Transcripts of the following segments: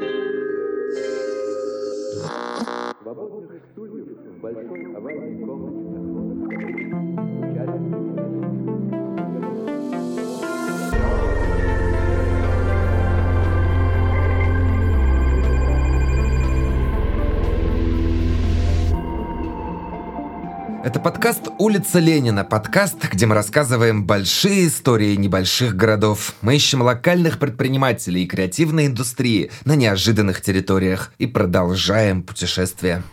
Свободных стульев в большой овальной комнате Это подкаст «Улица Ленина», подкаст, где мы рассказываем большие истории небольших городов. Мы ищем локальных предпринимателей и креативной индустрии на неожиданных территориях и продолжаем путешествие.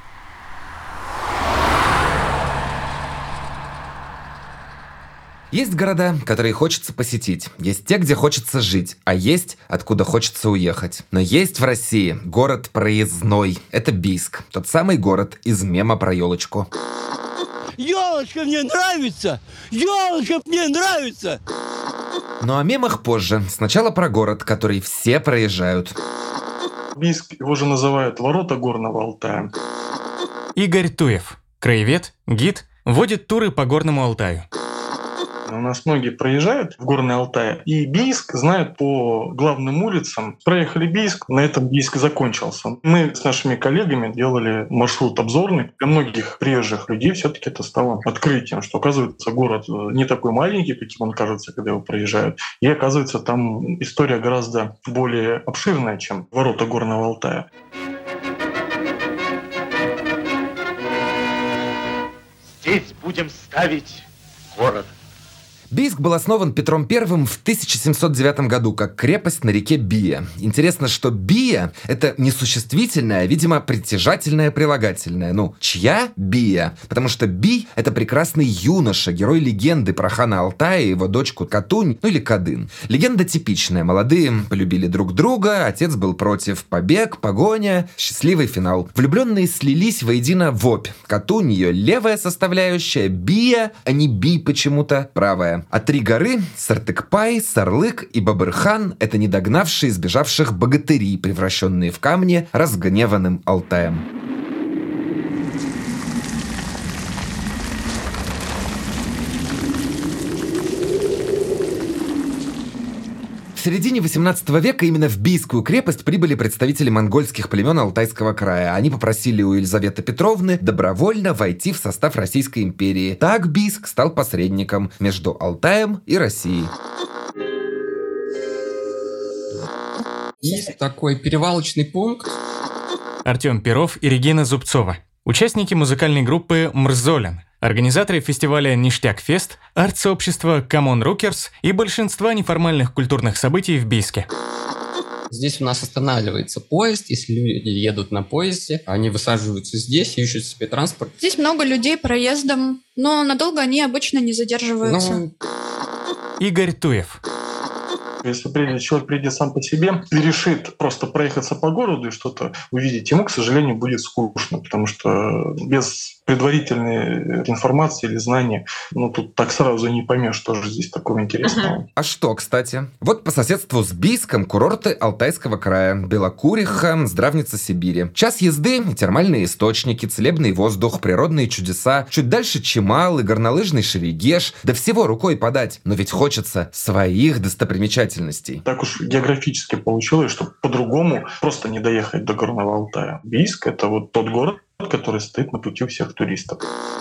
Есть города, которые хочется посетить, есть те, где хочется жить, а есть, откуда хочется уехать. Но есть в России город проездной. Это Бийск, тот самый город из мема про елочку. Елочка мне нравится! Елочка мне нравится! Ну о мемах позже. Сначала про город, который все проезжают. Бийск, его же называют «Ворота Горного Алтая». Игорь Туев, краевед, гид, водит туры по Горному Алтаю. У нас многие проезжают в Горный Алтай, и Бийск знают по главным улицам. Проехали Бийск, на этом Бийск закончился. Мы с нашими коллегами делали маршрут обзорный. Для многих приезжих людей все-таки это стало открытием, что, оказывается, город не такой маленький, каким он кажется, когда его проезжают. И, оказывается, там история гораздо более обширная, чем ворота Горного Алтая. Здесь будем ставить город. Бийск был основан Петром I в 1709 году как крепость на реке Бия. Интересно, что Бия — это не существительное, а, видимо, притяжательное прилагательное. Ну, чья Бия? Потому что Бий — это прекрасный юноша, герой легенды про хана Алтая и его дочку Катунь, ну или Кадын. Легенда типичная. Молодые полюбили друг друга, отец был против, побег, погоня, счастливый финал. Влюбленные слились воедино в обь. Катунь — ее левая составляющая, Бия, а не Бий почему-то, правая. А три горы — Сартыкпай, Сарлык и Бабырхан — это недогнавшие сбежавших богатыри, превращенные в камни разгневанным Алтаем. В середине 18 века именно в Бийскую крепость прибыли представители монгольских племен Алтайского края. Они попросили у Елизаветы Петровны добровольно войти в состав Российской империи. Так Бийск стал посредником между Алтаем и Россией. Есть такой перевалочный пункт. Артем Перов и Регина Зубцова. Участники музыкальной группы «Мрзолен», организаторы фестиваля «Ништяк-фест», арт-сообщества «Камон Рукерс» и большинства неформальных культурных событий в Бийске. Здесь у нас останавливается поезд. Если люди едут на поезде, они высаживаются здесь, ищут себе транспорт. Здесь много людей проездом, но надолго они обычно не задерживаются. Игорь Туев. Если человек придет сам по себе и решит просто проехаться по городу и что-то увидеть, ему, к сожалению, будет скучно, потому что без предварительной информации или знания, тут так сразу не поймешь, что же здесь такого интересного. А что, кстати? Вот по соседству с Бийском курорты Алтайского края. Белокуриха, Здравница Сибири. Час езды, термальные источники, целебный воздух, природные чудеса. Чуть дальше Чимал и горнолыжный Шерегеш. Да всего рукой подать. Но ведь хочется своих достопримечательностей. Так уж географически получилось, что по-другому просто не доехать до Горного Алтая. Бийск — это вот тот город, который стоит на пути у всех туристов.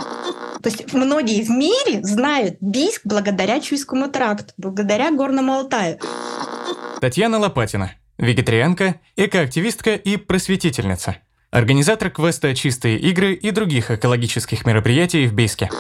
То есть многие в мире знают Бийск благодаря Чуйскому тракту, благодаря Горному Алтаю. Татьяна Лопатина. Вегетарианка, экоактивистка и просветительница. Организатор квеста «Чистые игры» и других экологических мероприятий в Бийске.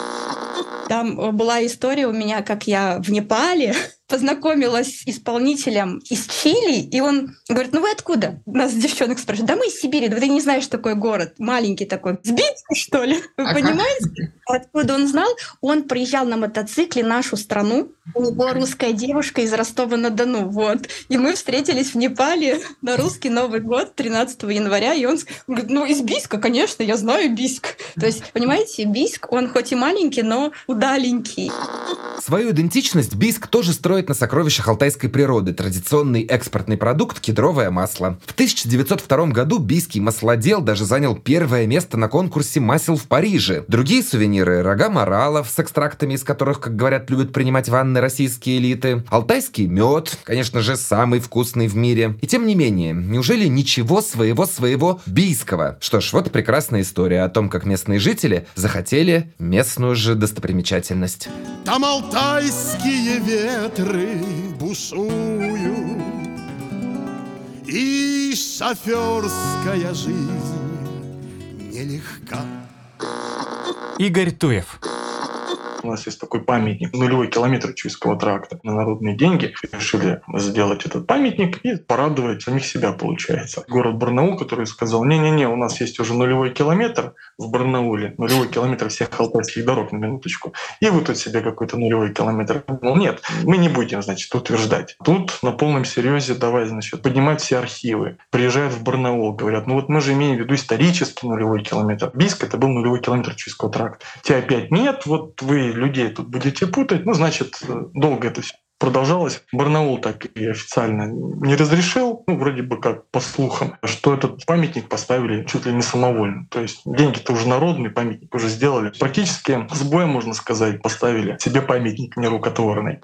Там была история у меня, как я в Непале познакомилась с исполнителем из Чили, и он говорит: вы откуда? Нас девчонок спрашивают. Да мы из Сибири, да ты не знаешь такой город, маленький такой. С Бийска, что ли? Вы понимаете? Откуда он знал? Он приезжал на мотоцикле в нашу страну. У него русская девушка из Ростова-на-Дону. Вот. И мы встретились в Непале на русский Новый год 13 января, и он говорит: из Бийска, конечно, я знаю Бийск. То есть, понимаете, Бийск, он хоть и маленький, но удаленький. Свою идентичность Бийск тоже строит строит на сокровищах алтайской природы традиционный экспортный продукт кедровое масло. В 1902 году бийский маслодел даже занял первое место на конкурсе масел в Париже. Другие сувениры – рога моралов с экстрактами, из которых, как говорят, любят принимать ванны российские элиты, алтайский мед, конечно же, самый вкусный в мире. И тем не менее, неужели ничего своего бийского? Что ж, вот прекрасная история о том, как местные жители захотели местную же достопримечательность. Там алтайские ветры бушуют, и шоферская жизнь нелегка. Игорь Туев. У нас есть такой памятник, нулевой километр Чуйского тракта. На народные деньги решили сделать этот памятник и порадовать самих себя, получается. Город Барнаул, который сказал: не-не-не, у нас есть уже нулевой километр в Барнауле, нулевой километр всех алтайских дорог, на минуточку. И вы тут себе какой-то нулевой километр. Ну нет, мы не будем, значит, утверждать. Тут на полном серьезе давай, значит, поднимать все архивы. Приезжают в Барнаул, говорят: ну вот мы же имеем в виду исторический нулевой километр. Бийск — это был нулевой километр Чуйского тракта. Те опять нет, вот вы людей тут будете путать, ну, значит, долго это все продолжалось. Барнаул так и официально не разрешил, ну, вроде бы как по слухам, что этот памятник поставили чуть ли не самовольно. То есть деньги-то уже народные, памятник уже сделали. Практически с боем, можно сказать, поставили себе памятник нерукотворный.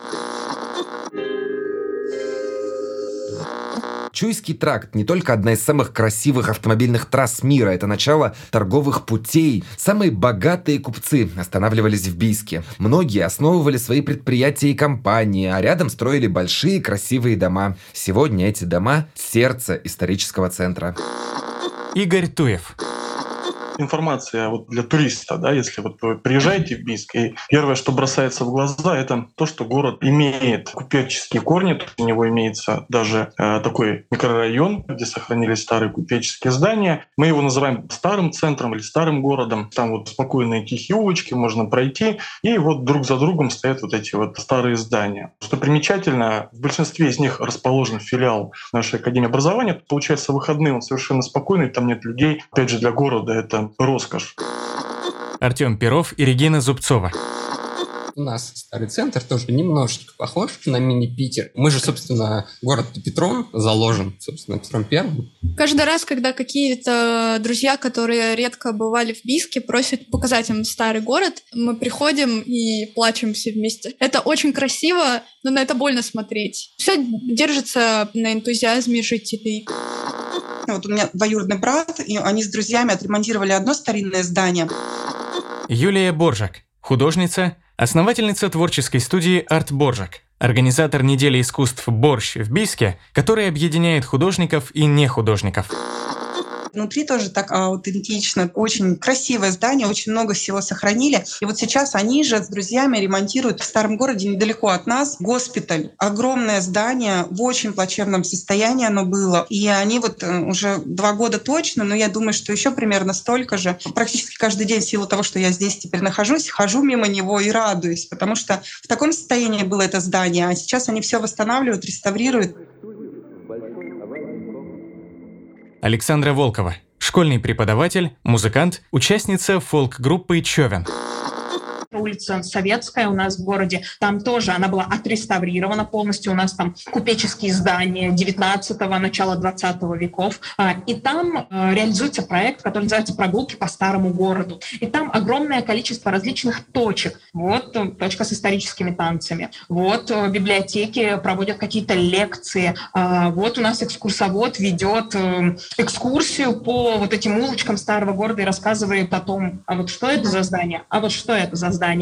Чуйский тракт — не только одна из самых красивых автомобильных трасс мира, это начало торговых путей. Самые богатые купцы останавливались в Бийске. Многие основывали свои предприятия и компании, а рядом строили большие красивые дома. Сегодня эти дома — сердце исторического центра. Игорь Туев. Информация вот для туриста, да, если вот вы приезжаете в Бийск, и первое, что бросается в глаза, это то, что город имеет купеческие корни, у него имеется даже такой микрорайон, где сохранились старые купеческие здания. Мы его называем старым центром или старым городом. Там вот спокойные тихие улочки, можно пройти, и вот друг за другом стоят вот эти вот старые здания. Что примечательно, в большинстве из них расположен филиал нашей Академии образования. Получается, выходные он совершенно спокойный, там нет людей. Опять же, для города это роскошь. Артем Перов и Регина Зубцова. У нас старый центр тоже немножечко похож на мини-Питер. Мы же, собственно, город Петром заложен, собственно, Петром Первым. Каждый раз, когда какие-то друзья, которые редко бывали в Бийске, просят показать им старый город, мы приходим и плачем все вместе. Это очень красиво, но на это больно смотреть. Все держится на энтузиазме жителей. Вот у меня двоюродный брат, и они с друзьями отремонтировали одно старинное здание. Юлия Боржак, художница, основательница творческой студии «Арт Боржак», организатор недели искусств «Борщ» в Бийске, который объединяет художников и нехудожников. Внутри тоже так аутентично, очень красивое здание, очень много всего сохранили. И вот сейчас они же с друзьями ремонтируют в старом городе недалеко от нас госпиталь. Огромное здание, в очень плачевном состоянии оно было. И они вот уже 2 года точно, но я думаю, что еще примерно столько же. Практически каждый день в силу того, что я здесь теперь нахожусь, хожу мимо него и радуюсь, потому что в таком состоянии было это здание, а сейчас они все восстанавливают, реставрируют. Александра Волкова, школьный преподаватель, музыкант, участница фолк-группы «Човен». Улица Советская у нас в городе, там тоже она была отреставрирована полностью. У нас там купеческие здания 19-го, начала 20 веков. И там реализуется проект, который называется «Прогулки по старому городу». И там огромное количество различных точек. Вот точка с историческими танцами. Вот библиотеки проводят какие-то лекции. Вот у нас экскурсовод ведет экскурсию по вот этим улочкам старого города и рассказывает о том, а вот что это за здание, а вот что это за здание.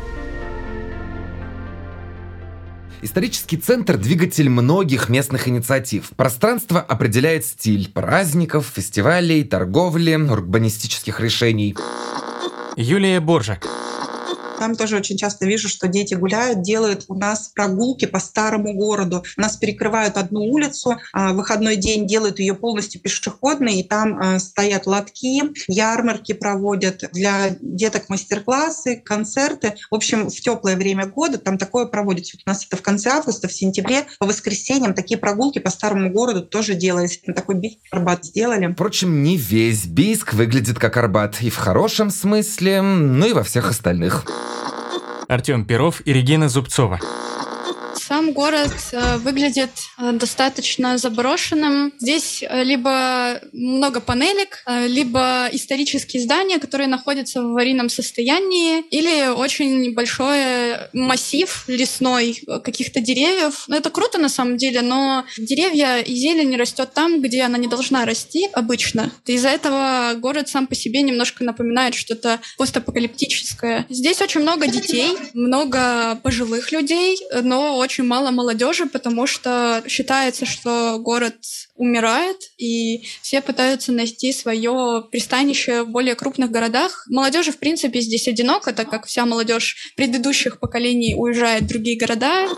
Исторический центр – двигатель многих местных инициатив. Пространство определяет стиль праздников, фестивалей, торговли, урбанистических решений. Юлия Боржак. Там тоже очень часто вижу, что дети гуляют, делают у нас прогулки по старому городу. У нас перекрывают одну улицу, в выходной день делают ее полностью пешеходной, и там стоят лотки, ярмарки проводят, для деток мастер-классы, концерты. В общем, в теплое время года там такое проводится. У нас это в конце августа, в сентябре, по воскресеньям такие прогулки по старому городу тоже делались. Такой Бийск, Арбат сделали. Впрочем, не весь Бийск выглядит как Арбат. И в хорошем смысле, ну и во всех остальных. Артем Перов и Регина Зубцова. Сам город выглядит достаточно заброшенным. Здесь либо много панелек, либо исторические здания, которые находятся в аварийном состоянии, или очень большой массив лесной каких-то деревьев. Это круто на самом деле, но деревья и зелень растет там, где она не должна расти обычно. Из-за этого город сам по себе немножко напоминает что-то постапокалиптическое. Здесь очень много детей, много пожилых людей, но очень мало молодежи, потому что считается, что город умирает, и все пытаются найти свое пристанище в более крупных городах. Молодежи, в принципе, здесь одиноко, так как вся молодежь предыдущих поколений уезжает в другие города.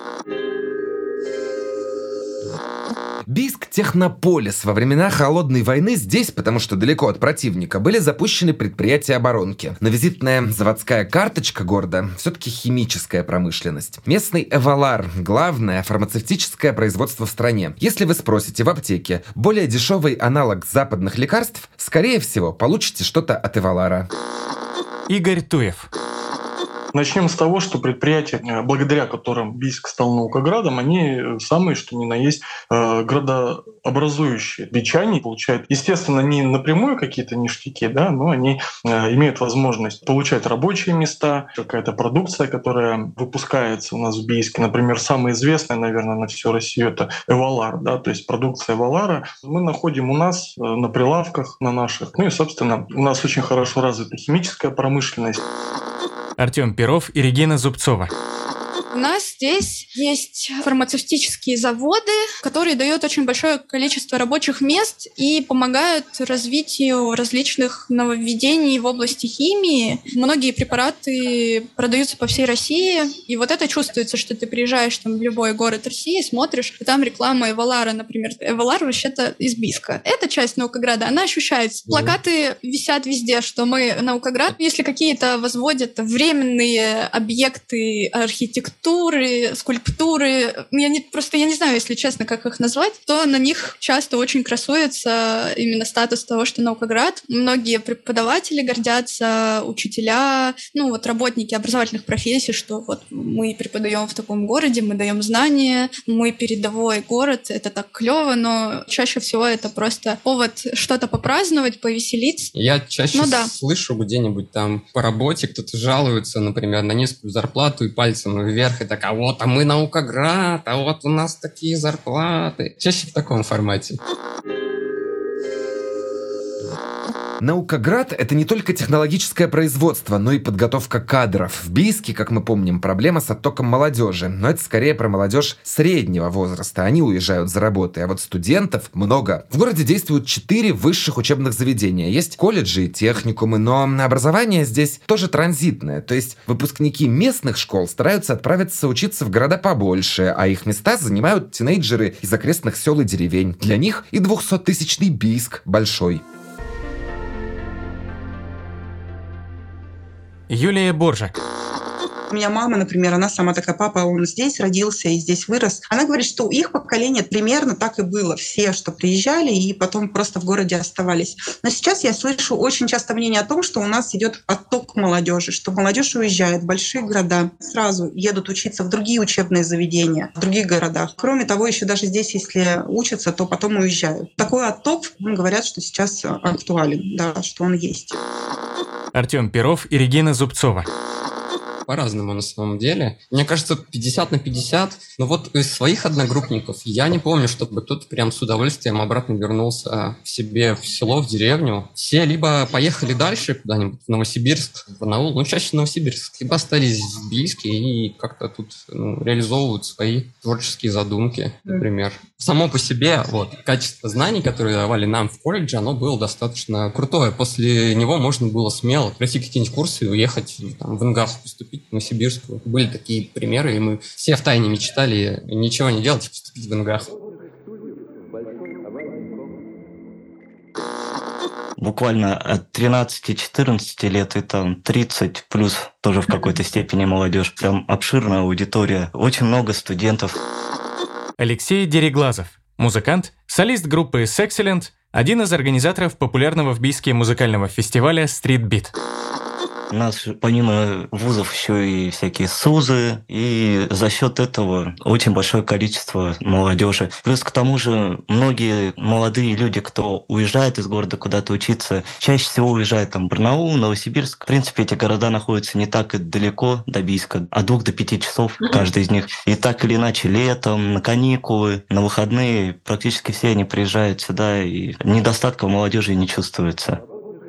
Бийск — технополис. Во времена Холодной войны здесь, потому что далеко от противника, были запущены предприятия оборонки. Но визитная заводская карточка города — все-таки химическая промышленность. Местный Эвалар — главное фармацевтическое производство в стране. Если вы спросите в аптеке более дешевый аналог западных лекарств, скорее всего, получите что-то от Эвалара. Игорь Туев. Начнем с того, что предприятия, благодаря которым Бийск стал наукоградом, они самые, что ни на есть, градообразующие. Бичане получают, естественно, не напрямую какие-то ништяки, да, но они имеют возможность получать рабочие места, какая-то продукция, которая выпускается у нас в Бийске. Например, самая известная, наверное, на всю Россию — это Эвалар, да, то есть продукция Эвалара. Мы находим у нас на прилавках, на наших. Ну и, собственно, у нас очень хорошо развита химическая промышленность. Артем Перов и Регина Зубцова. У нас здесь есть фармацевтические заводы, которые дают очень большое количество рабочих мест и помогают развитию различных нововведений в области химии. Многие препараты продаются по всей России, и вот это чувствуется, что ты приезжаешь там в любой город России, смотришь, и там реклама Эвалара, например. Эвалар вообще-то из Бийска. Эта часть Наукограда, она ощущается. Плакаты висят везде, что мы Наукоград. Если какие-то возводят временные объекты архитектуры, скульптуры, я не знаю, если честно, как их назвать, то на них часто очень красуется именно статус того, что Наукоград. Многие преподаватели гордятся, учителя, работники образовательных профессий, что вот мы преподаем в таком городе, мы даем знания, мы передовой город, это так клево, но чаще всего это просто повод что-то попраздновать, повеселиться. Я чаще слышу где-нибудь там по работе, кто-то жалуется, например, на низкую зарплату и пальцем вверх, и так, а вот, мы Наукоград, а вот у нас такие зарплаты. Чаще в таком формате. Наукоград — это не только технологическое производство, но и подготовка кадров. В Бийске, как мы помним, проблема с оттоком молодежи. Но это скорее про молодежь среднего возраста. Они уезжают за работой, а вот студентов много. В городе действуют 4 высших учебных заведения. Есть колледжи и техникумы, но образование здесь тоже транзитное. То есть выпускники местных школ стараются отправиться учиться в города побольше, а их места занимают тинейджеры из окрестных сел и деревень. Для них и 200-тысячный Бийск большой. Юлия Боржак. У меня мама, например, она сама такая, папа, он здесь родился и здесь вырос. Она говорит, что у их поколения примерно так и было. Все, что приезжали и потом просто в городе оставались. Но сейчас я слышу очень часто мнение о том, что у нас идет отток молодежи, что молодежь уезжает в большие города, сразу едут учиться в другие учебные заведения, в других городах. Кроме того, еще даже здесь, если учатся, то потом уезжают. Такой отток, говорят, что сейчас актуален, да, что он есть. Артем Перов и Регина Зубцова. По-разному на самом деле. Мне кажется, 50 на 50. Но вот из своих одногруппников я не помню, чтобы кто-то прям с удовольствием обратно вернулся к себе в село, в деревню. Все либо поехали дальше куда-нибудь, в Новосибирск, в Барнаул, чаще в Новосибирск, либо остались в Бийске и как-то тут реализовывают свои творческие задумки, например. Само по себе качество знаний, которые давали нам в колледже, оно было достаточно крутое. После него можно было смело пройти какие-нибудь курсы и уехать в НГАХ поступить, в Новосибирск. Были такие примеры, и мы все втайне мечтали ничего не делать и поступить в НГАХ. Буквально от 13-14 лет и там 30 плюс тоже в какой-то степени молодежь. Там обширная аудитория, очень много студентов. Алексей Дереглазов, музыкант, солист группы Sexcellent, один из организаторов популярного в Бийске музыкального фестиваля Street Beat. У нас помимо вузов еще и всякие СУЗы, и за счет этого очень большое количество молодежи. Плюс к тому же многие молодые люди, кто уезжает из города куда-то учиться, чаще всего уезжают в Барнаул, Новосибирск. В принципе, эти города находятся не так и далеко до Бийска, от 2 до 5 часов каждый из них. И так или иначе летом, на каникулы, на выходные практически все они приезжают сюда, и недостатка у молодежи не чувствуется.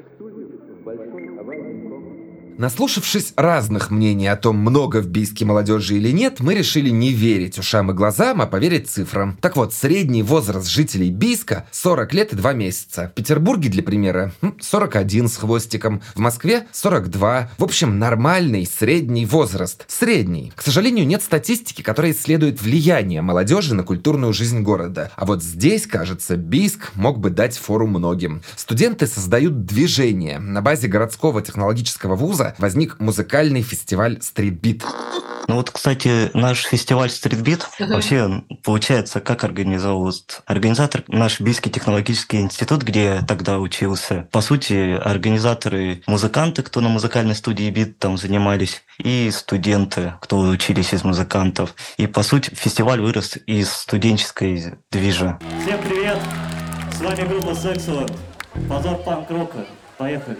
Наслушавшись разных мнений о том, много в Бийске молодежи или нет, мы решили не верить ушам и глазам, а поверить цифрам. Так вот, средний возраст жителей Бийска 40 лет и 2 месяца. В Петербурге, для примера, 41 с хвостиком. В Москве 42. В общем, нормальный средний возраст. Средний. К сожалению, нет статистики, которая исследует влияние молодежи на культурную жизнь города. А вот здесь, кажется, Бийск мог бы дать фору многим. Студенты создают движение. На базе городского технологического вуза возник музыкальный фестиваль «Стритбит». Ну вот, кстати, наш фестиваль «Стритбит» вообще, получается, как организовал организатор наш Бийский технологический институт, где я тогда учился. По сути, организаторы музыканты, кто на музыкальной студии «Бит» там занимались, и студенты, кто учились из музыкантов. И, по сути, фестиваль вырос из студенческой движи. Всем привет! С вами группа Sexual. Позор панк-рока. Поехали!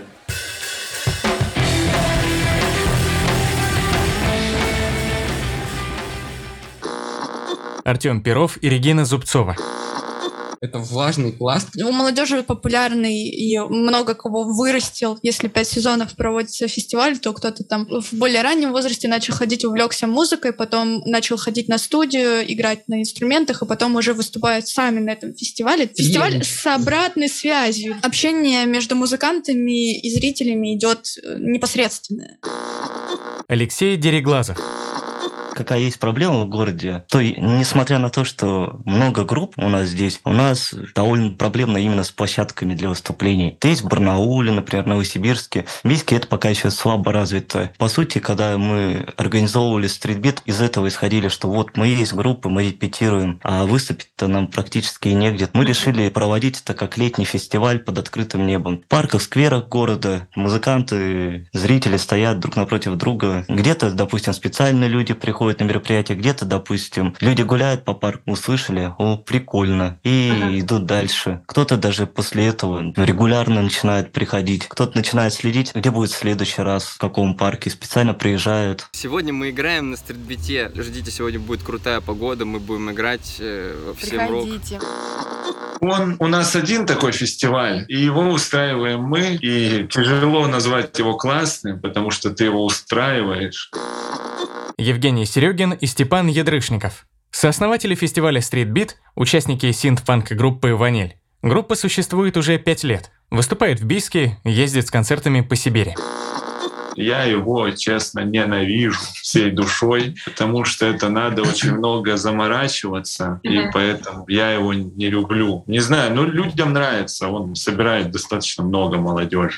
Артем Перов и Регина Зубцова. Это важный пласт. У молодежи популярный и много кого вырастил. Если 5 сезонов проводится фестиваль, то кто-то там в более раннем возрасте начал ходить, увлекся музыкой, потом начал ходить на студию, играть на инструментах, и потом уже выступают сами на этом фестивале. Фестиваль с обратной связью. Общение между музыкантами и зрителями идет непосредственное. Алексей Дереглазов. Какая есть проблема в городе, то несмотря на то, что много групп у нас здесь, у нас довольно проблемно именно с площадками для выступлений. То есть в Барнауле, например, Новосибирске. В Бийске это пока еще слабо развито. По сути, когда мы организовывали стритбит, из этого исходили, что вот мы есть группы, мы репетируем, а выступить-то нам практически и негде. Мы решили проводить это как летний фестиваль под открытым небом. В парках, скверах города музыканты, зрители стоят друг напротив друга. Где-то, допустим, специальные люди приходят на мероприятие, где-то, допустим, люди гуляют по парку, услышали, о, прикольно, и идут дальше. Кто-то даже после этого регулярно начинает приходить, кто-то начинает следить, где будет в следующий раз, в каком парке, специально приезжают. Сегодня мы играем на стритбите. Ждите, сегодня будет крутая погода, мы будем играть всем рок. Он у нас один такой фестиваль, и его устраиваем мы, и тяжело назвать его классным, потому что ты его устраиваешь. Евгений Серегин и Степан Ядрышников. Сооснователи фестиваля «Стритбит», участники синт-фанк-группы «Ваниль». Группа существует уже 5 лет. Выступает в Бийске, ездит с концертами по Сибири. Я его, честно, ненавижу всей душой, потому что это надо очень много заморачиваться, и поэтому я его не люблю. Не знаю, но людям нравится, он собирает достаточно много молодежи.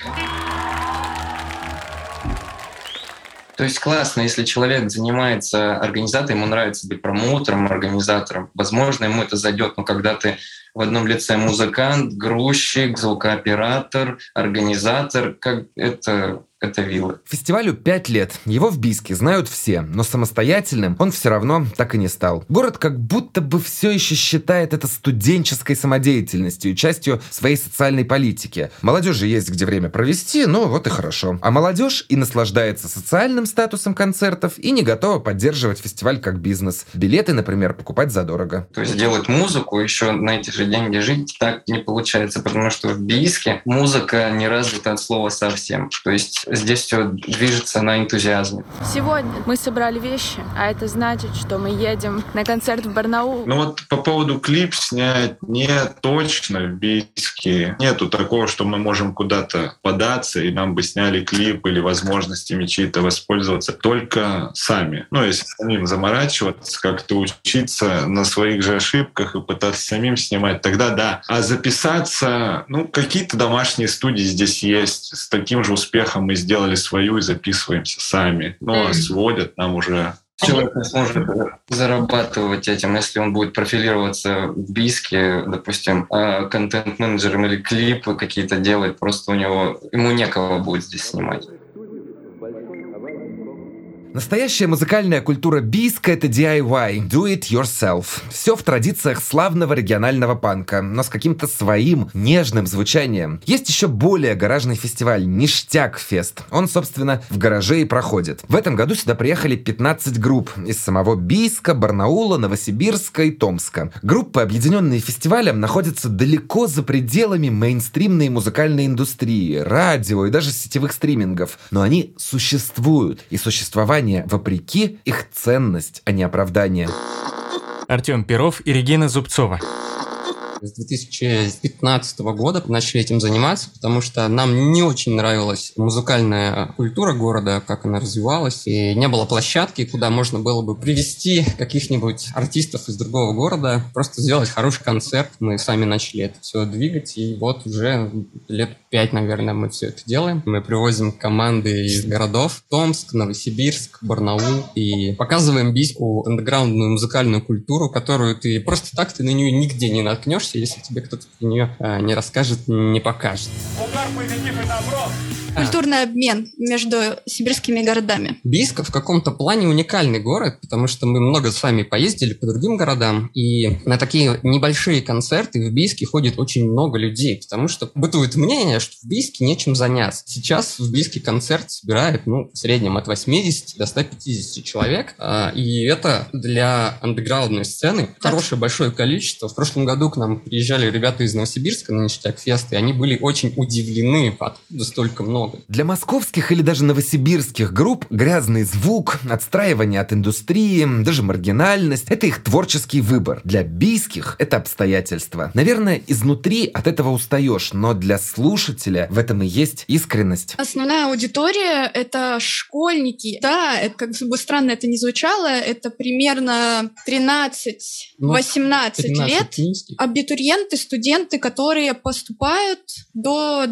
То есть классно, если человек занимается организацией, ему нравится быть промоутером, организатором. Возможно, ему это зайдет, но когда ты в одном лице музыкант, грузчик, звукооператор, организатор, как это вилла. Фестивалю 5 лет. Его в Бийске знают все, но самостоятельным он все равно так и не стал. Город как будто бы все еще считает это студенческой самодеятельностью, частью своей социальной политики. Молодежи есть где время провести, ну вот и хорошо. А молодежь и наслаждается социальным статусом концертов, и не готова поддерживать фестиваль как бизнес. Билеты, например, покупать задорого. То есть делать музыку, еще на эти же деньги жить, так не получается, потому что в Бийске музыка не развита от слова совсем. То есть здесь все движется на энтузиазме. Сегодня мы собрали вещи, а это значит, что мы едем на концерт в Барнаул. Ну вот по поводу клип снять не точно в Бийске. Нету такого, что мы можем куда-то податься, и нам бы сняли клип или возможностями чьи-то воспользоваться. Только сами. Ну, если самим заморачиваться, как-то учиться на своих же ошибках и пытаться самим снимать, тогда да. А записаться, ну, какие-то домашние студии здесь есть. С таким же успехом мы сделали свою и записываемся сами. Ну, а сводят нам уже. Человек не сможет зарабатывать этим, если он будет профилироваться в Бийске, допустим, контент-менеджером или клипы какие-то делать, просто ему некого будет здесь снимать. Настоящая музыкальная культура Бийска — это DIY, do it yourself. Все в традициях славного регионального панка, но с каким-то своим нежным звучанием. Есть еще более гаражный фестиваль Ништяк Фест. Он, собственно, в гараже и проходит. В этом году сюда приехали 15 групп из самого Бийска, Барнаула, Новосибирска и Томска. Группы, объединенные фестивалем, находятся далеко за пределами мейнстримной музыкальной индустрии, радио и даже сетевых стримингов. Но они существуют, и существование вопреки их ценность, а не оправдание. Артем Перов и Регина Зубцова. С 2015 года начали этим заниматься, потому что нам не очень нравилась музыкальная культура города, как она развивалась, и не было площадки, куда можно было бы привести каких-нибудь артистов из другого города, просто сделать хороший концерт. Мы сами начали это все двигать, и вот уже лет 5, наверное, мы все это делаем. Мы привозим команды из городов: Томск, Новосибирск, Барнаул, и показываем бийскую андеграундную музыкальную культуру, которую ты просто так, ты на нее нигде не наткнешься, если тебе кто-то про нее не расскажет, не покажет. Культурный обмен между сибирскими городами. Бийск в каком-то плане уникальный город, потому что мы много с вами поездили по другим городам, и на такие небольшие концерты в Бийске ходит очень много людей, потому что бытует мнение, что в Бийске нечем заняться. Сейчас в Бийске концерт собирает, в среднем от 80 до 150 человек, и это для андеграундной сцены хорошее большое количество. В прошлом году к нам приезжали ребята из Новосибирска на Ништяк Фест, и они были очень удивлены, откуда столько много. Для московских или даже новосибирских групп грязный звук, отстраивание от индустрии, даже маргинальность — это их творческий выбор. Для бийских это обстоятельства. Наверное, изнутри от этого устаешь, но для слушателя в этом и есть искренность. Основная аудитория — это школьники. Да, это, как бы странно это ни звучало, это примерно 13-18 лет. Абитуриенты, студенты, которые поступают до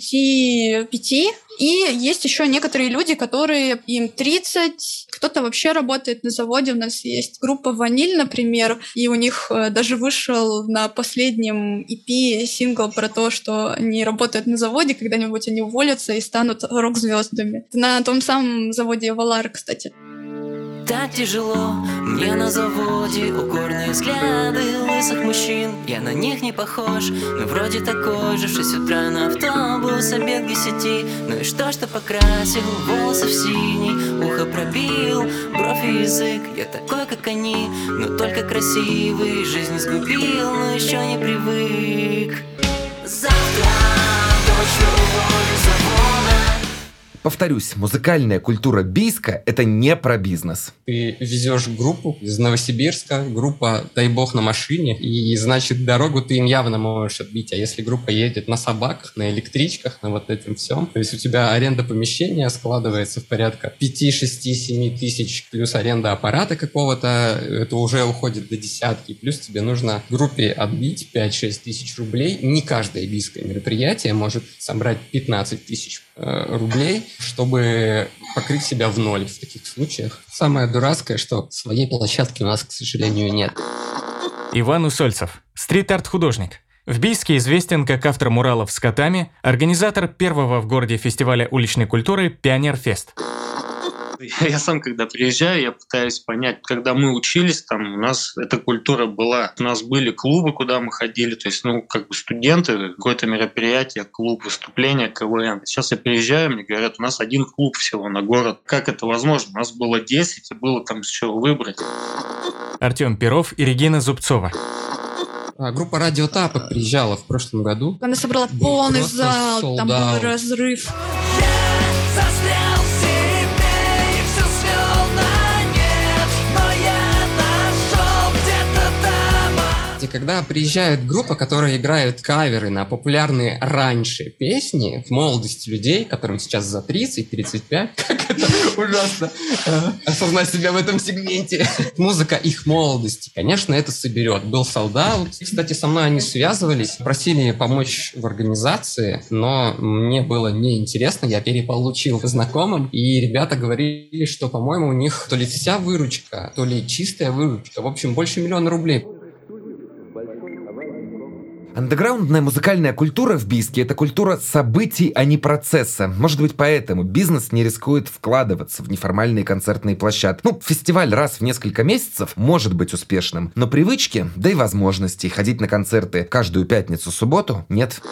25. И есть еще некоторые люди, которые им 30, кто-то вообще работает на заводе. У нас есть группа «Ваниль», например, и у них даже вышел на последнем EP сингл про то, что они работают на заводе, когда-нибудь они уволятся и станут рок-звездами. На том самом заводе «Валар», кстати. Так тяжело мне на заводе, укорные взгляды лысых мужчин. Я на них не похож, но вроде такой же. В 6 утра на автобус, обед к 10. Ну и что покрасил волосы в синий, ухо пробил, бровь и язык. Я такой, как они, но только красивый. Жизнь сгубил, но еще не привык. Завтра точно уволю с завода. Повторюсь, музыкальная культура Бийска — это не про бизнес. Ты везешь группу из Новосибирска, группа, дай бог, на машине, и, значит, дорогу ты им явно можешь отбить. А если группа едет на собаках, на электричках, на вот этом всем, то есть у тебя аренда помещения складывается в порядка 5, 6, 7 тысяч, плюс аренда аппарата какого-то, это уже уходит до десятки, плюс тебе нужно группе отбить 5-6 тысяч рублей. Не каждое бийское мероприятие может собрать 15 тысяч рублей, чтобы покрыть себя в ноль в таких случаях. Самое дурацкое, что своей площадки у нас, к сожалению, нет. Иван Усольцев, стрит-арт-художник. В Бийске известен как автор муралов с котами, организатор первого в городе фестиваля уличной культуры «Пионер-фест». Я сам, когда приезжаю, я пытаюсь понять, когда мы учились, там у нас эта культура была. У нас были клубы, куда мы ходили, то есть, студенты, какое-то мероприятие, клуб, выступление, КВН. Сейчас я приезжаю, мне говорят, у нас один клуб всего на город. Как это возможно? У нас было 10, и было там с чего выбрать. Артем Перов и Регина Зубцова. Группа «Радио Тапок» приезжала в прошлом году. Она собрала полный зал, там был разрыв. Когда приезжает группа, которая играет каверы на популярные раньше песни в молодости людей, которым сейчас за 30-35, как это ужасно осознать себя в этом сегменте. Музыка их молодости, конечно, это соберет. Был солдат. Кстати, со мной они связывались, просили помочь в организации, но мне было неинтересно, я переполучил знакомым, и ребята говорили, что, по-моему, у них то ли вся выручка, то ли чистая выручка, в общем, больше 1 000 000 рублей. Андеграундная музыкальная культура в Бийске — это культура событий, а не процесса. Может быть, поэтому бизнес не рискует вкладываться в неформальные концертные площадки. Фестиваль раз в несколько месяцев может быть успешным, но привычки, да и возможностей ходить на концерты каждую пятницу-субботу нет.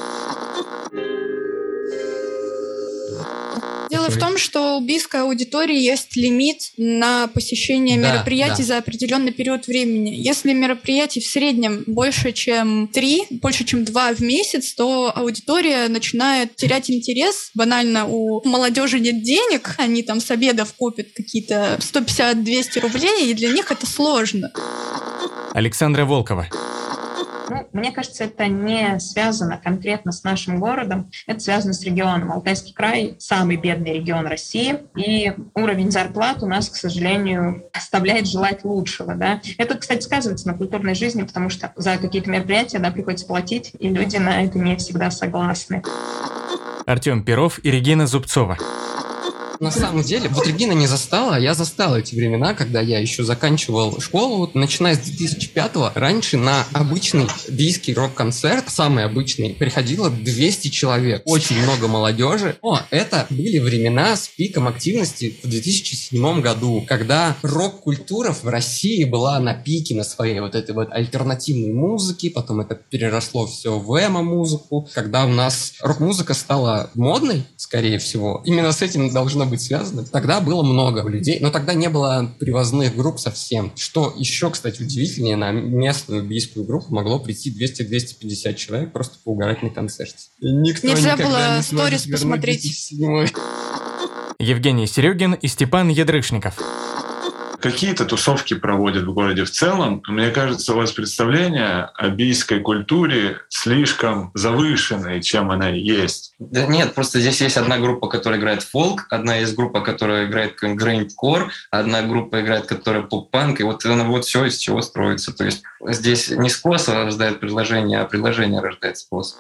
Дело в том, что у бийской аудитории есть лимит на посещение мероприятий за определенный период времени. Если мероприятий в среднем больше, чем 3, больше, чем 2 в месяц, то аудитория начинает терять интерес. Банально, у молодежи нет денег, они там с обедов копят какие-то 150-200 рублей, и для них это сложно. Александра Волкова. Мне кажется, это не связано конкретно с нашим городом, это связано с регионом. Алтайский край — самый бедный регион России, и уровень зарплат у нас, к сожалению, оставляет желать лучшего. Да? Это, кстати, сказывается на культурной жизни, потому что за какие-то мероприятия приходится платить, и люди на это не всегда согласны. Артем Перов и Регина Зубцова. На самом деле, вот Регина не застала, а я застал эти времена, когда я еще заканчивал школу. Начиная с 2005-го, раньше на обычный бийский рок-концерт, самый обычный, приходило 200 человек. Очень много молодежи. Это были времена с пиком активности в 2007 году, когда рок-культура в России была на пике, на своей вот этой вот альтернативной музыке, потом это переросло все в эмо-музыку, когда у нас рок-музыка стала модной, скорее всего. Именно с этим должно быть связано. Тогда было много людей, но тогда не было привозных групп совсем. Что еще, кстати, удивительнее, на местную бийскую группу могло прийти 200-250 человек просто поугарать на концерте. И никто нельзя никогда было не сможет сторис посмотреть. 2007. Евгений Серегин и Степан Ядрышников. Какие-то тусовки проводят в городе в целом. Мне кажется, у вас представление о бийской культуре слишком завышенное, чем она есть. Да нет, просто здесь есть одна группа, которая играет фолк, одна есть группа, которая играет грэндкор, одна группа играет, которая поп-панк, и вот все из чего строится. То есть здесь не спрос рождает предложение, а предложение рождает спрос.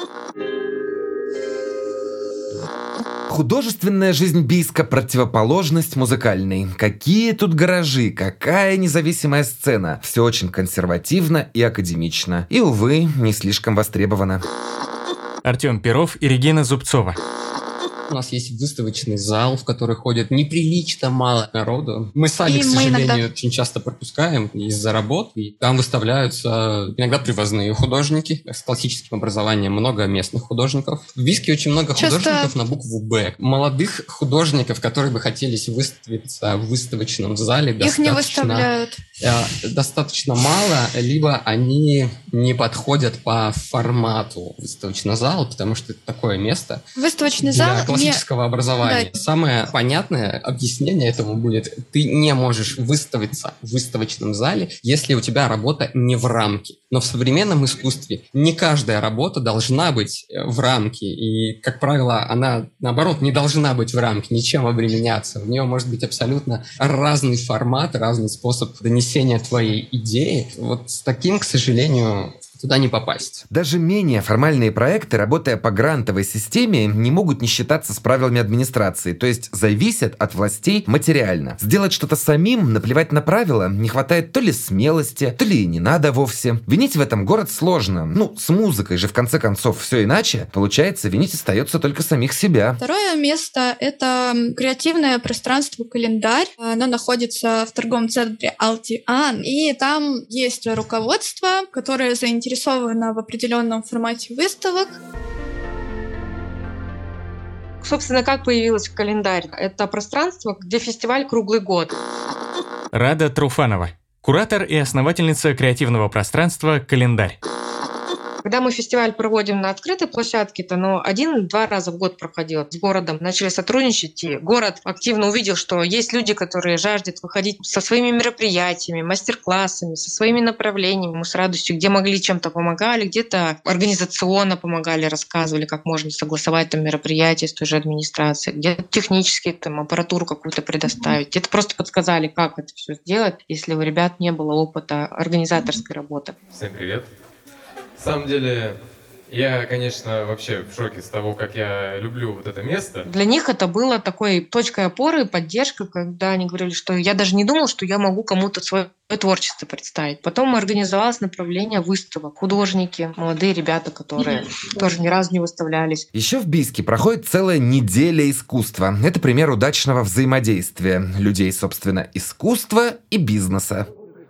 Художественная жизнь Бийска — противоположность музыкальной. Какие тут гаражи, какая независимая сцена. Все очень консервативно и академично. И, увы, не слишком востребовано. Артем Перов и Регина Зубцова. У нас есть выставочный зал, в который ходит неприлично мало народу. Мы сами, И к мы сожалению, иногда- очень часто пропускаем из-за работы. И там выставляются иногда привозные художники с классическим образованием, много местных художников. В Бийске очень много Часто- художников на букву «Б». Молодых художников, которые бы хотели выставиться в выставочном зале, Их не выставляют. достаточно мало, либо они не подходят по формату выставочного зала, потому что это такое место Выставочный для зал классического образования. Да. Самое понятное объяснение этому будет: ты не можешь выставиться в выставочном зале, если у тебя работа не в рамке. Но в современном искусстве не каждая работа должна быть в рамке. И, как правило, она, наоборот, не должна быть в рамке, ничем обременяться. У нее может быть абсолютно разный формат, разный способ донесения твоей идеи. Вот с таким, к сожалению, туда не попасть. Даже менее формальные проекты, работая по грантовой системе, не могут не считаться с правилами администрации, то есть зависят от властей материально. Сделать что-то самим, наплевать на правила, не хватает то ли смелости, то ли и не надо вовсе. Винить в этом город сложно. С музыкой же в конце концов все иначе. Получается, винить остается только самих себя. Второе место — это креативное пространство «Календарь». Оно находится в торговом центре «Алтиан». И там есть руководство, которое заинтересовано в определенном формате выставок. Собственно, как появился «Календарь»? Это пространство, где фестиваль круглый год. Рада Труфанова. Куратор и основательница креативного пространства «Календарь». Когда мы фестиваль проводим на открытой площадке, то 1-2 раза в год проходил. С городом начали сотрудничать, и город активно увидел, что есть люди, которые жаждут выходить со своими мероприятиями, мастер-классами, со своими направлениями. Мы с радостью где могли чем-то помогали, где-то организационно помогали, рассказывали, как можно согласовать мероприятие с той же администрацией, где-то технически аппаратуру какую-то предоставить, где-то просто подсказали, как это все сделать, если у ребят не было опыта организаторской работы. Всем привет. На самом деле, Я, конечно, вообще в шоке с того, как я люблю вот это место. Для них это было такой точкой опоры, поддержкой, когда они говорили, что я даже не думал, что я могу кому-то свое творчество представить. Потом организовалось направление выставок. Художники, молодые ребята, которые тоже ни разу не выставлялись. Еще в Бийске проходит целая неделя искусства. Это пример удачного взаимодействия людей, собственно, искусства и бизнеса.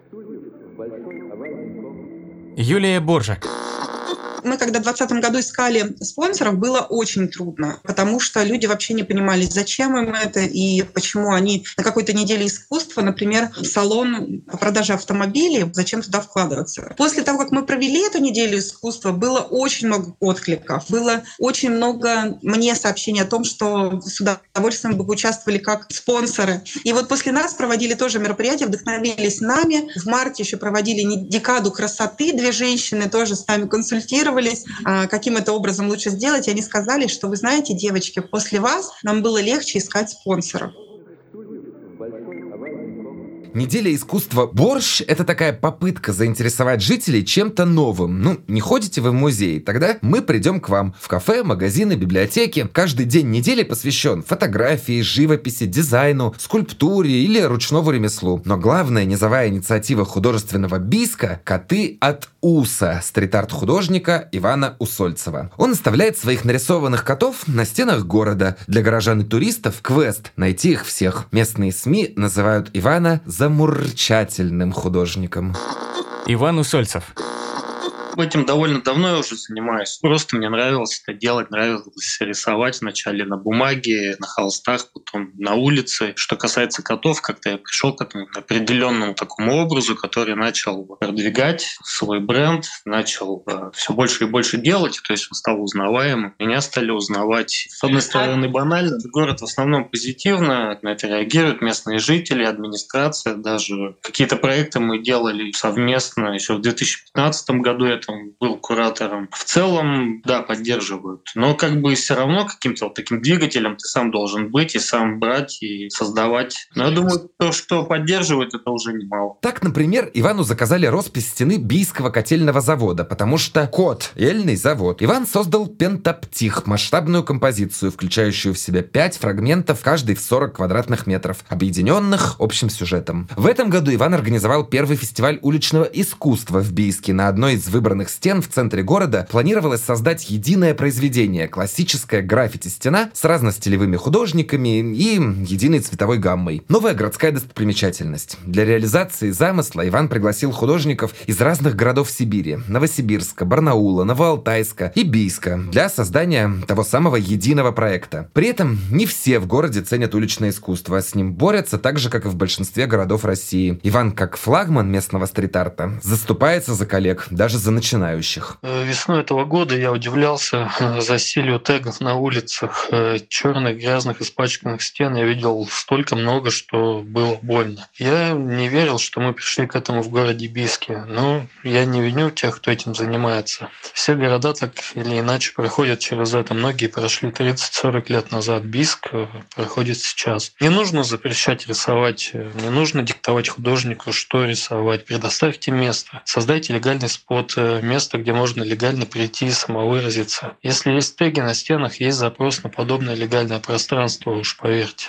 Юлия Боржак. Мы когда в 2020 году искали спонсоров, было очень трудно, потому что люди вообще не понимали, зачем им это и почему они на какой-то неделе искусства, например, салон по продаже автомобилей, зачем туда вкладываться. После того, как мы провели эту неделю искусства, было очень много откликов, было очень много мне сообщений о том, что с удовольствием бы участвовали как спонсоры. И вот после нас проводили тоже мероприятия, вдохновились нами. В марте еще проводили декаду красоты, 2 женщины тоже с нами консультировали, каким это образом лучше сделать. И они сказали, что вы знаете, девочки, после вас нам было легче искать спонсоров. Неделя искусства «Борщ» — это такая попытка заинтересовать жителей чем-то новым. Ну, не ходите вы в музей, тогда мы придем к вам в кафе, магазины, библиотеки. Каждый день недели посвящен фотографии, живописи, дизайну, скульптуре или ручному ремеслу. Но главная низовая инициатива художественного Бийска — «Коты от Уса» стрит-арт-художника Ивана Усольцева. Он оставляет своих нарисованных котов на стенах города. Для горожан и туристов квест — найти их всех. Местные СМИ называют Ивана замурчательным художником. Иван Усольцев. Этим довольно давно я уже занимаюсь. Просто мне нравилось это делать, нравилось рисовать вначале на бумаге, на холстах, потом на улице. Что касается котов, как-то я пришел к этому определенному такому образу, который начал продвигать свой бренд, начал все больше и больше делать, то есть он стал узнаваемым. Меня стали узнавать. С одной стороны, банально. Город в основном позитивно на это реагирует, местные жители, администрация. Даже какие-то проекты мы делали совместно. Еще в 2015 году я там был куратором. В целом, да, поддерживают. Но как бы все равно каким-то вот таким двигателем ты сам должен быть и сам брать и создавать. Но я думаю, то, что поддерживает, это уже немало. Так, например, Ивану заказали роспись стены Бийского котельного завода, потому что котельный завод. Иван создал пентаптих, масштабную композицию, включающую в себя 5 фрагментов, каждый в 40 квадратных метров, объединенных общим сюжетом. В этом году Иван организовал первый фестиваль уличного искусства в Бийске. На одной из выбранных стен в центре города планировалось создать единое произведение — классическая граффити-стена с разностилевыми художниками и единой цветовой гаммой. Новая городская достопримечательность. Для реализации замысла Иван пригласил художников из разных городов Сибири — Новосибирска, Барнаула, Новоалтайска и Бийска — для создания того самого единого проекта. При этом не все в городе ценят уличное искусство, с ним борются так же, как и в большинстве городов России. Иван, как флагман местного стрит-арта, заступается за коллег, даже за начинающих. Весной этого года я удивлялся засилию тегов на улицах, черных, грязных, испачканных стен. Я видел столько много, что было больно. Я не верил, что мы пришли к этому в городе Бийске. Но я не виню тех, кто этим занимается. Все города так или иначе проходят через это. Многие прошли 30-40 лет назад. Бийск проходит сейчас. Не нужно запрещать рисовать, не нужно диктовать художнику, что рисовать. Предоставьте место. Создайте легальный спот, место, где можно легально прийти и самовыразиться. Если есть теги на стенах, есть запрос на подобное легальное пространство, уж поверьте.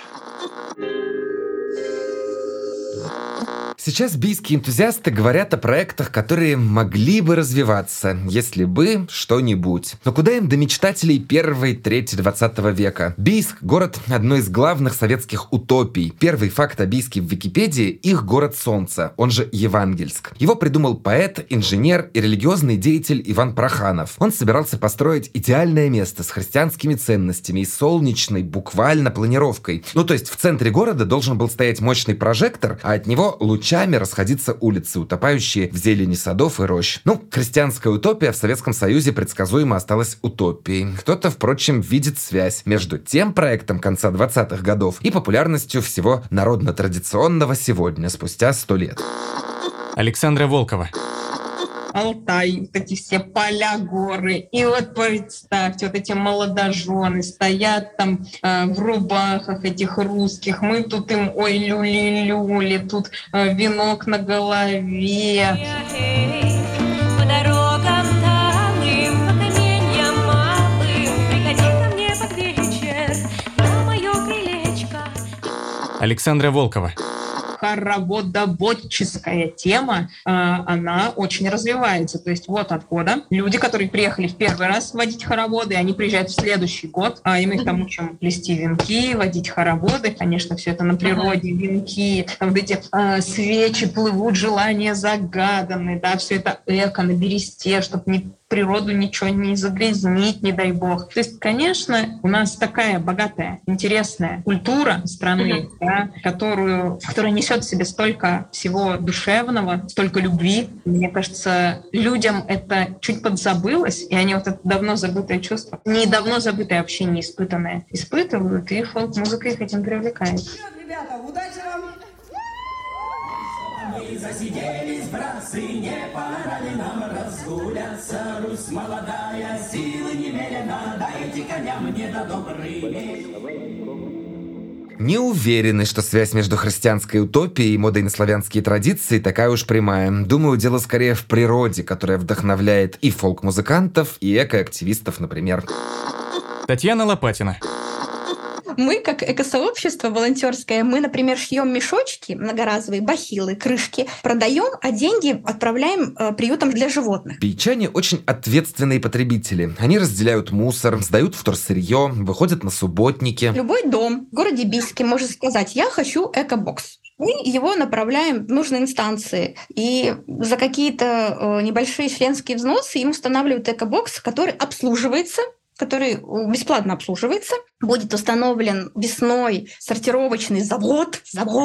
Сейчас бийские энтузиасты говорят о проектах, которые могли бы развиваться, если бы что-нибудь. Но куда им до мечтателей первой трети 20 века? Бийск — город одной из главных советских утопий. Первый факт о Бийске в Википедии — их город солнца, он же Евангельск. Его придумал поэт, инженер и религиозный деятель Иван Проханов. Он собирался построить идеальное место с христианскими ценностями и солнечной, буквально, планировкой. Ну, то есть в центре города должен был стоять мощный прожектор, а от него лучами расходиться улицы, утопающие в зелени садов и рощ. Ну, христианская утопия в Советском Союзе предсказуемо осталась утопией. Кто-то, впрочем, видит связь между тем проектом конца 20-х годов и популярностью всего народно-традиционного сегодня, спустя 100 лет. Александра Волкова. Алтай, вот эти все поля, горы. И вот представьте, вот эти молодожены стоят там в рубахах этих русских. Мы тут им, ой, люли-люли, тут венок на голове. По дорогам талым, по каменьям Александра Волкова. Хороводоводческая тема, она очень развивается. То есть вот от года люди, которые приехали в первый раз водить хороводы, они приезжают в следующий год, и мы их там учим плести венки, водить хороводы. Конечно, все это на природе, венки, там вот эти свечи плывут, желания загаданы, да, все это эко на бересте, чтобы природу ничего не загрязнить, не дай бог. То есть, конечно, у нас такая богатая, интересная культура страны, да, которая несет в себе столько всего душевного, столько любви. Мне кажется, людям это чуть подзабылось, и они вот это давно забытое чувство, не давно забытое, а вообще не испытанное, испытывают, и фолк-музыка их этим привлекает. Ребята, удачи вам! Мы засиделись, братцы, не пора ли нам разгуляться? Русь молодая, силы немерено, дайте коня мне до добрый. Не уверены, что связь между христианской утопией и модой на славянские традиции такая уж прямая. Думаю, дело скорее в природе, которая вдохновляет и фолк-музыкантов, и эко-активистов, например. Татьяна Лопатина. Мы, как экосообщество волонтерское, мы, например, шьем мешочки, многоразовые бахилы, крышки, продаем, а деньги отправляем приютам для животных. Бийчане очень ответственные потребители. Они разделяют мусор, сдают вторсырье, выходят на субботники. Любой дом в городе Бийске может сказать: я хочу экобокс. Мы его направляем в нужные инстанции. И за какие-то небольшие членские взносы им устанавливают экобокс, который обслуживается, который бесплатно обслуживается. Будет установлен весной сортировочный завод.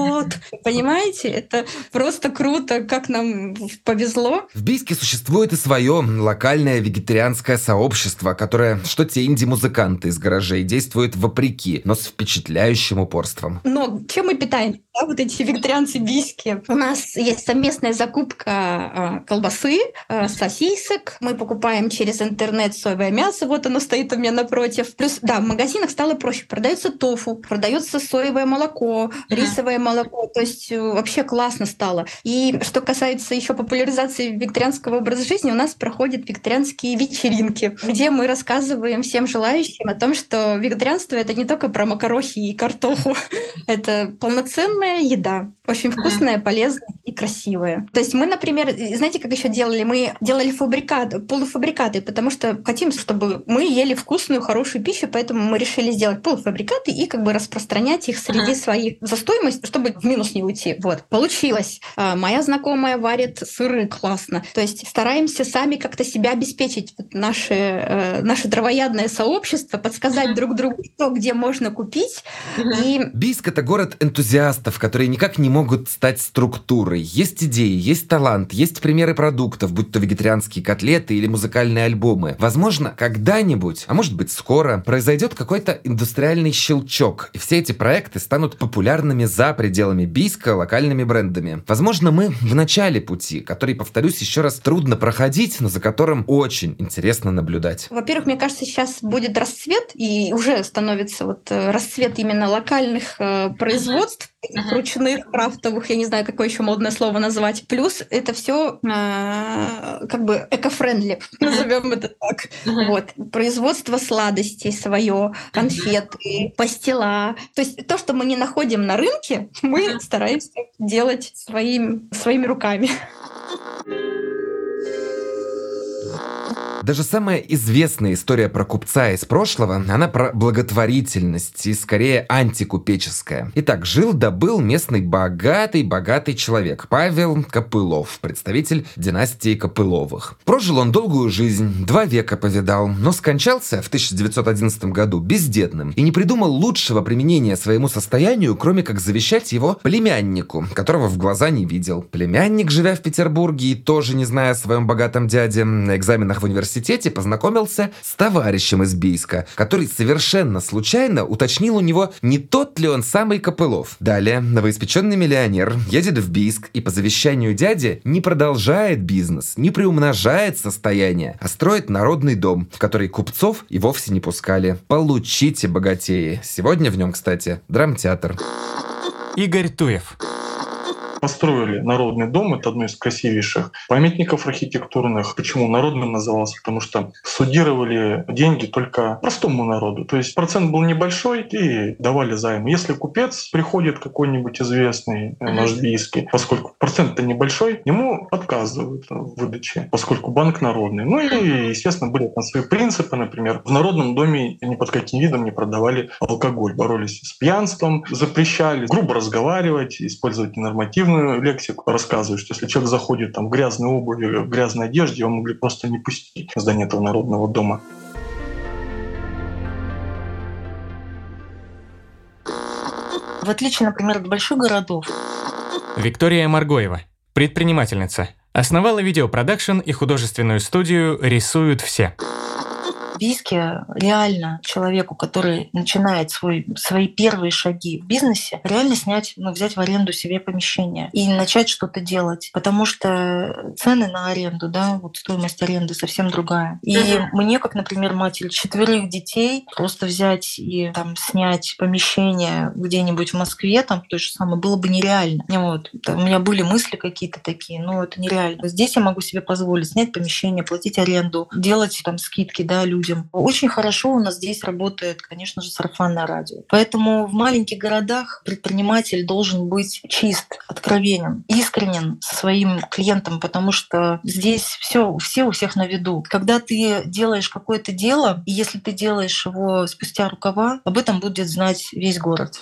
Понимаете? Это просто круто, как нам повезло. В Бийске существует и свое локальное вегетарианское сообщество, которое, что те инди-музыканты из гаражей, действует вопреки, но с впечатляющим упорством. Но чем мы питаем? Да, вот эти вегетарианцы бийские. У нас есть совместная закупка колбасы, сосисок. Мы покупаем через интернет соевое мясо. Вот оно стоит у меня напротив. Плюс, да, в магазинах стало проще. Продается тофу, продается соевое молоко, рисовое молоко. То есть вообще классно стало. И что касается еще популяризации вегетарианского образа жизни, у нас проходят вегетарианские вечеринки, где мы рассказываем всем желающим о том, что вегетарианство — это не только про макарохи и картоху. Это полноценная еда. Очень вкусная, полезная и красивая. То есть мы, например, знаете, как еще делали? Мы делали полуфабрикаты, потому что хотим, чтобы мы ели вкусную, хорошую пищу, поэтому мы решили сделать полуфабрикаты и как бы распространять их среди своих за стоимость, чтобы в минус не уйти. Вот. Получилось. Моя знакомая варит сыры классно. То есть стараемся сами как-то себя обеспечить. Вот наше травоядное сообщество, подсказать друг другу, что где можно купить. И... Бийск — это город энтузиастов, которые никак не могут стать структурой. Есть идеи, есть талант, есть примеры продуктов, будь то вегетарианские котлеты или музыкальные альбомы. Возможно, когда-нибудь, а может быть скоро, произойдет какой-то индустриальный щелчок, и все эти проекты станут популярными за пределами Бийска локальными брендами. Возможно, мы в начале пути, который, повторюсь еще раз, трудно проходить, но за которым очень интересно наблюдать. Во-первых, мне кажется, сейчас будет расцвет, и уже становится вот расцвет именно локальных производств, ручных, крафтовых, я не знаю, какое еще модное слово назвать. Плюс это все как бы эко-френдли, назовем это так. Вот. Производство сладостей свое, конфеты, пастила. То есть то, что мы не находим на рынке, мы стараемся делать своими руками. Даже самая известная история про купца из прошлого, она про благотворительность и скорее антикупеческая. Итак, жил-да-был местный богатый человек Павел Копылов, представитель династии Копыловых. Прожил он долгую жизнь, 2 века повидал, но скончался в 1911 году бездетным и не придумал лучшего применения своему состоянию, кроме как завещать его племяннику, которого в глаза не видел. Племянник, живя в Петербурге и тоже не зная о своем богатом дяде, на экзаменах в университете познакомился с товарищем из Бийска, который совершенно случайно уточнил у него, не тот ли он самый Копылов. Далее новоиспеченный миллионер едет в Бийск и по завещанию дяди не продолжает бизнес, не приумножает состояние, а строит народный дом, в который купцов и вовсе не пускали. Получите, богатеи. Сегодня в нем, кстати, драмтеатр. Игорь Туев. Построили Народный дом, это одно из красивейших памятников архитектурных. Почему народным назывался? Потому что судировали деньги только простому народу. То есть процент был небольшой и давали займы. Если купец приходит какой-нибудь известный, наш бийский, поскольку процент-то небольшой, ему отказывают в выдаче, поскольку банк народный. Ну и, естественно, были там свои принципы. Например, в Народном доме ни под каким видом не продавали алкоголь, боролись с пьянством, запрещали грубо разговаривать, использовать ненормативную лексику, рассказывают, что если человек заходит там, в грязной обуви, в грязной одежде, его могли просто не пустить в здание этого Народного дома. В отличие, например, от больших городов. Виктория Маргоева, предпринимательница, основала видеопродакшн и художественную студию «Рисуют все». В Бийске реально человеку, который начинает свои первые шаги в бизнесе, реально взять в аренду себе помещение и начать что-то делать. Потому что цены на аренду, стоимость аренды совсем другая. И мне, как, например, матери 4 детей, просто взять и снять помещение где-нибудь в Москве, то же самое, было бы нереально. У меня были мысли какие-то такие, но это нереально. Здесь я могу себе позволить снять помещение, платить аренду, делать скидки, людям. Очень хорошо у нас здесь работает, конечно же, сарафанное радио. Поэтому в маленьких городах предприниматель должен быть чист, откровенен, искренен со своим клиентом, потому что здесь все у всех на виду. Когда ты делаешь какое-то дело, и если ты делаешь его спустя рукава, об этом будет знать весь город.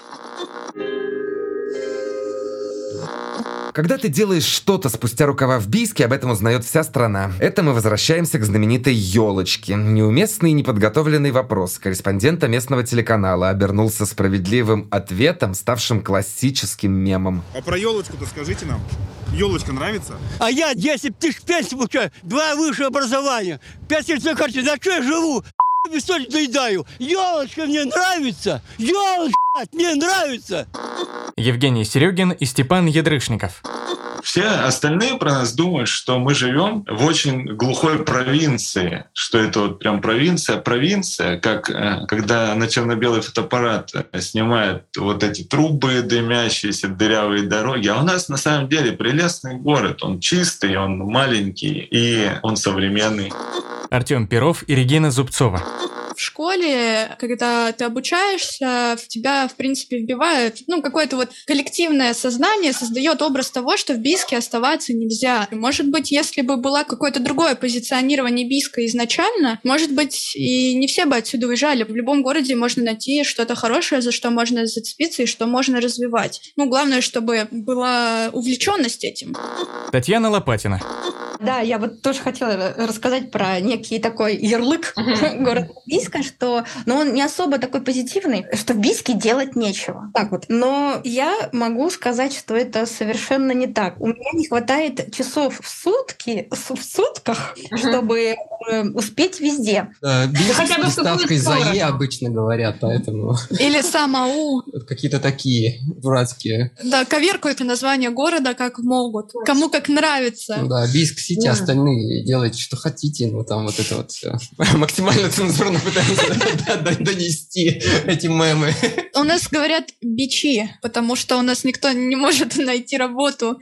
Когда ты делаешь что-то спустя рукава в Бийске, об этом узнает вся страна. Это мы возвращаемся к знаменитой елочке. Неуместный и неподготовленный вопрос корреспондента местного телеканала обернулся справедливым ответом, ставшим классическим мемом. А про елочку-то скажите нам. Елочка нравится? А я 10 тысяч пенсий получаю, 2 высшее образования, 5 лет на карте. За что я живу? Бессонница доедаю. Елочка мне нравится! Елочка мне нравится! Евгений Серегин и Степан Ядрышников. Все остальные про нас думают, что мы живем в очень глухой провинции, что это прям провинция, как когда на черно-белый фотоаппарат снимают эти трубы дымящиеся, дырявые дороги. А у нас на самом деле прелестный город. Он чистый, он маленький и он современный. Артём Перов и Регина Зубцова. В школе, когда ты обучаешься, в тебя, в принципе, вбивают, какое-то коллективное сознание создает образ того, что в Бийске оставаться нельзя. Может быть, если бы было какое-то другое позиционирование Бийска изначально, может быть, и не все бы отсюда уезжали. В любом городе можно найти что-то хорошее, за что можно зацепиться и что можно развивать. Главное, чтобы была увлеченность этим. Татьяна Лопатина. Да, я тоже хотела рассказать про некий такой ярлык города Бийска, что он не особо такой позитивный, что в Бийске делать нечего. Так вот. Но я могу сказать, что это совершенно не так. У меня не хватает часов в сутках, чтобы успеть везде. Бийск с приставкой «за е» обычно говорят, поэтому... Или «самау». Какие-то такие дурацкие. Да, коверкают название города как могут. Кому как нравится. Да, Бийск-Сити, остальные делайте, что хотите. Это все. Максимально цензурно пытаемся донести эти мемы. У нас говорят бичи, потому что у нас никто не может найти работу.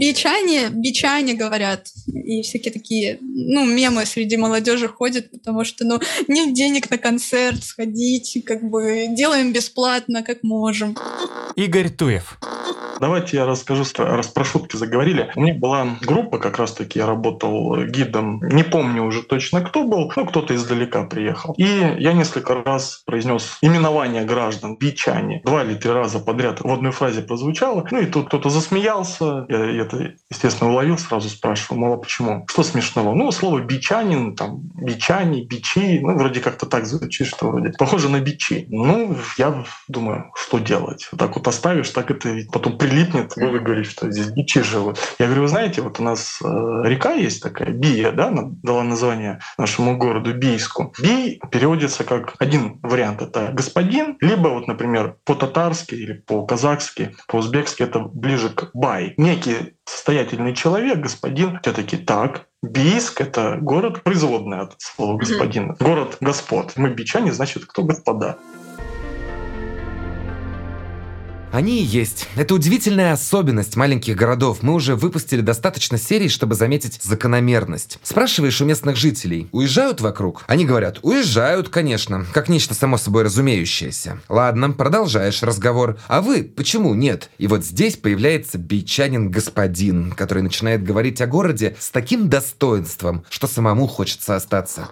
Бичане говорят. И всякие такие, мемы среди молодежи ходят, потому что, нет денег на концерт сходить, делаем бесплатно, как можем. Игорь Туев. Давайте я расскажу, раз про шутки заговорили. У меня была группа, как раз-таки я работал гидом. Не помню уже точно, кто был, кто-то издалека приехал. И я несколько раз произнес именование граждан, бичане. 2 или 3 раза подряд в одной фразе прозвучало. И тут кто-то засмеялся. Я это, естественно, уловил, сразу спрашивал, мол, а почему? Что смешного? Слово бичанин, бичане, бичи, вроде как-то так звучит, что вроде похоже на бичи. Я думаю, что делать? Так оставишь, так это потом прилипнет, вы говорите, что здесь бичи живут. Я говорю, вы знаете, у нас река есть такая, Бия, дала название нашему городу Бийску. Бий переводится как один вариант, это господин, либо например, по-татарски или по-казахски, по-узбекски это ближе к бай. Некий состоятельный человек, господин, все таки так. Бийск — это город, производный от слова господин. Город господ. Мы бичане, значит, кто господа. Они и есть. Это удивительная особенность маленьких городов. Мы уже выпустили достаточно серий, чтобы заметить закономерность. Спрашиваешь у местных жителей, уезжают вокруг? Они говорят, уезжают, конечно, как нечто само собой разумеющееся. Ладно, продолжаешь разговор. А вы почему нет? И вот здесь появляется бичанин господин, который начинает говорить о городе с таким достоинством, что самому хочется остаться.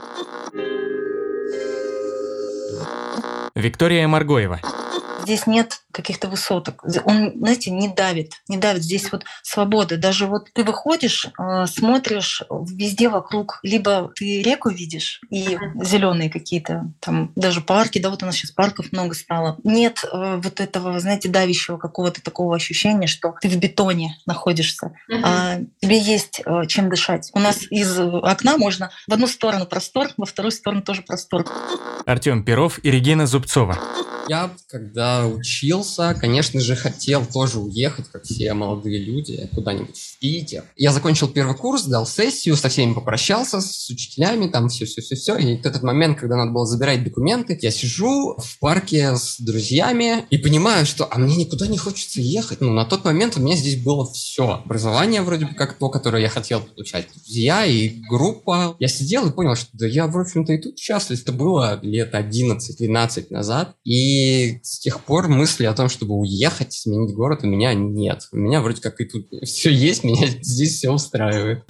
Виктория Маргоева. Здесь нет каких-то высоток. Он, знаете, не давит. Здесь вот свобода. Даже вот ты выходишь, смотришь везде вокруг. Либо ты реку видишь и зеленые какие-то там даже парки. Да, вот у нас сейчас парков много стало. Нет вот этого, знаете, давящего какого-то такого ощущения, что ты в бетоне находишься. А тебе есть чем дышать. У нас из окна можно в одну сторону простор, во вторую сторону тоже простор. Артем Перов и Регина Зубцова. Я, когда учился, конечно же, хотел тоже уехать, как все молодые люди, куда-нибудь в Питер. Я закончил первый курс, дал сессию, со всеми попрощался, с учителями, там все-все-все-все. И в этот момент, когда надо было забирать документы, я сижу в парке с друзьями и понимаю, что мне никуда не хочется ехать. На тот момент у меня здесь было все. Образование вроде бы как то, которое я хотел получать. Друзья и группа. Я сидел и понял, что да я, в общем-то, и тут счастлив. Это было лет 11-12 назад. И с тех пор мысли о том, чтобы уехать, сменить город, у меня нет. У меня вроде как и тут все есть, меня здесь все устраивает.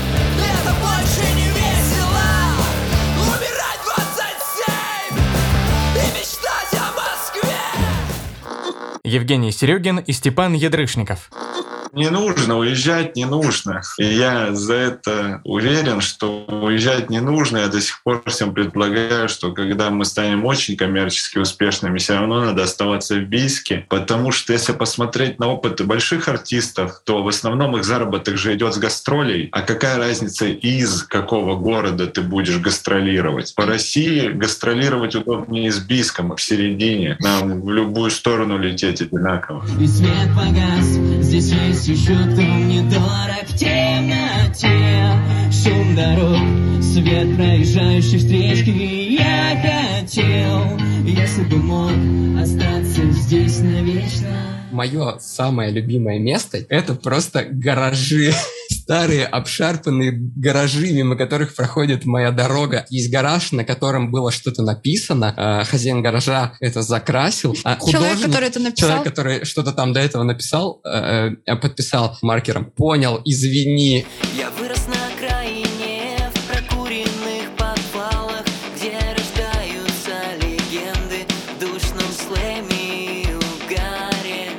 Евгений Серегин и Степан Ядрышников. Не нужно уезжать, не нужно. И я за это уверен, что уезжать не нужно. Я до сих пор всем предлагаю, что когда мы станем очень коммерчески успешными, все равно надо оставаться в Бийске. Потому что если посмотреть на опыт больших артистов, то в основном их заработок же идет с гастролей. А какая разница, из какого города ты будешь гастролировать? По России гастролировать удобнее с Бийском, в середине. Нам в любую сторону лететь одинаково. И свет погас, здесь есть еще дом недорог в темноте. Шум дорог, свет проезжающих встречки. Я хотел, если бы мог, остаться здесь навечно. Мое самое любимое место — это просто гаражи. Старые обшарпанные гаражи, мимо которых проходит моя дорога. Есть гараж, на котором было что-то написано. Хозяин гаража это закрасил. Человек, который это написал? Человек, который что-то там до этого написал, подписал маркером. Понял, извини. Я вырос на окраине, в прокуренных подвалах, где рождаются легенды в душном слэме и угаре.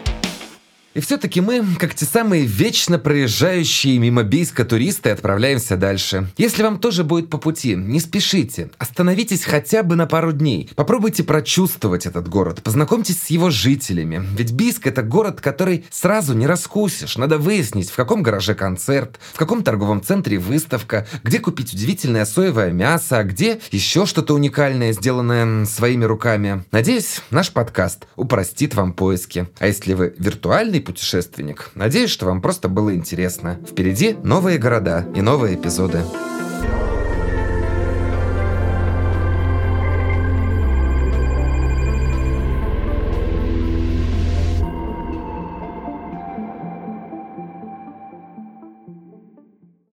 И все-таки мы, как те самые вечно проезжающие мимо Бийска туристы, отправляемся дальше. Если вам тоже будет по пути, не спешите. Остановитесь хотя бы на пару дней. Попробуйте прочувствовать этот город. Познакомьтесь с его жителями. Ведь Бийск — это город, который сразу не раскусишь. Надо выяснить, в каком гараже концерт, в каком торговом центре выставка, где купить удивительное соевое мясо, а где еще что-то уникальное, сделанное своими руками. Надеюсь, наш подкаст упростит вам поиски. А если вы виртуальный путешественник, надеюсь, что вам просто было интересно. Впереди новые города и новые эпизоды.